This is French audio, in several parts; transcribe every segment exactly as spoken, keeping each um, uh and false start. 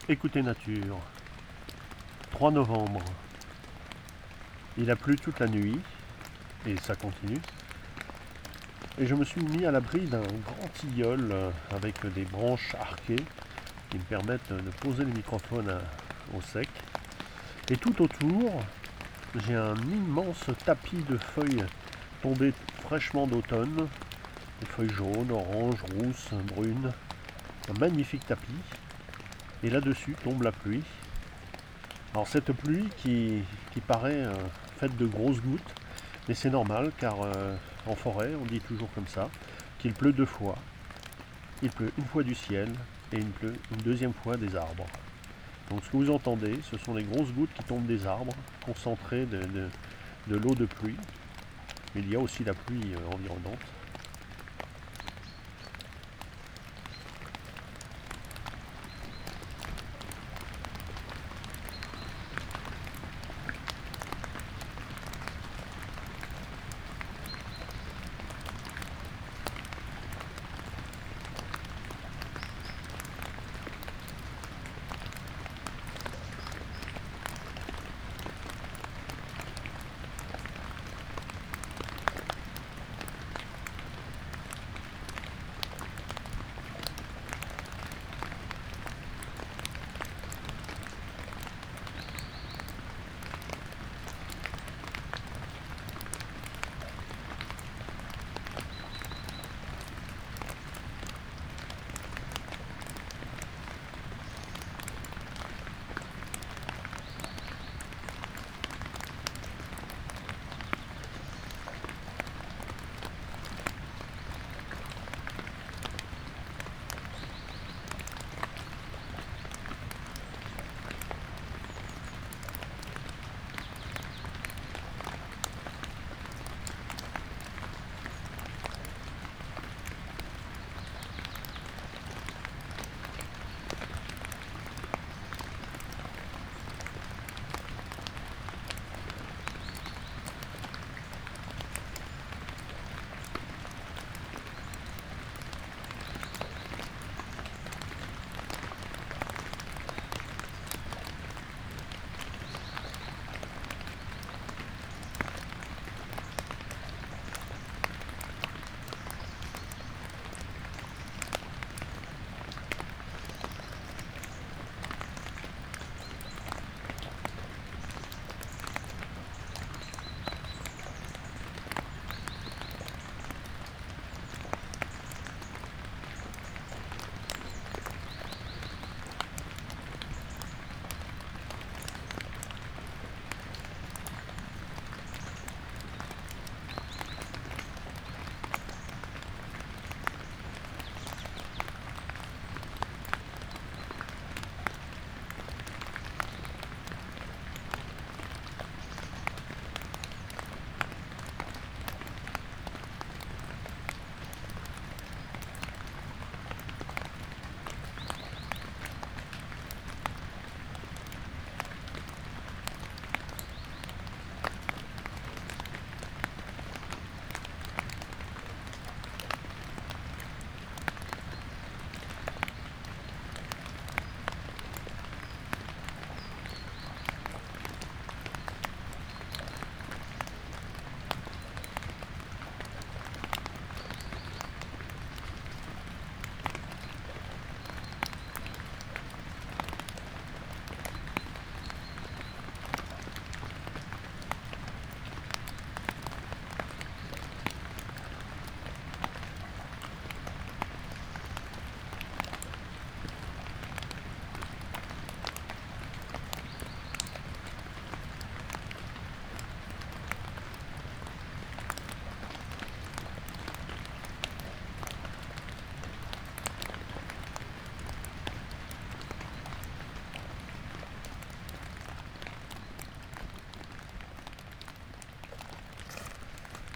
Écoutez Nature, trois novembre. Il a plu toute la nuit, et ça continue. Et je me suis mis à l'abri d'un grand tilleul avec des branches arquées qui me permettent de poser le microphone à- au sec. Et tout autour, j'ai un immense tapis de feuilles tombées fraîchement d'automne, des feuilles jaunes, oranges, rousses, brunes, un magnifique tapis. Et là-dessus tombe la pluie. Alors cette pluie qui, qui paraît euh, faite de grosses gouttes, mais c'est normal car euh, en forêt, on dit toujours comme ça, qu'il pleut deux fois. Il pleut une fois du ciel et il pleut une deuxième fois des arbres. Donc ce que vous entendez, ce sont les grosses gouttes qui tombent des arbres, concentrées de, de, de l'eau de pluie. Mais il y a aussi la pluie euh, environnante.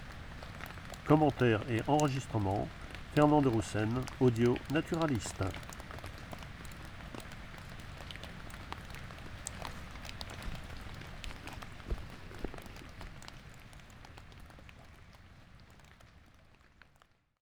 Commentaires et enregistrements, Fernand de Roussen, audio naturaliste.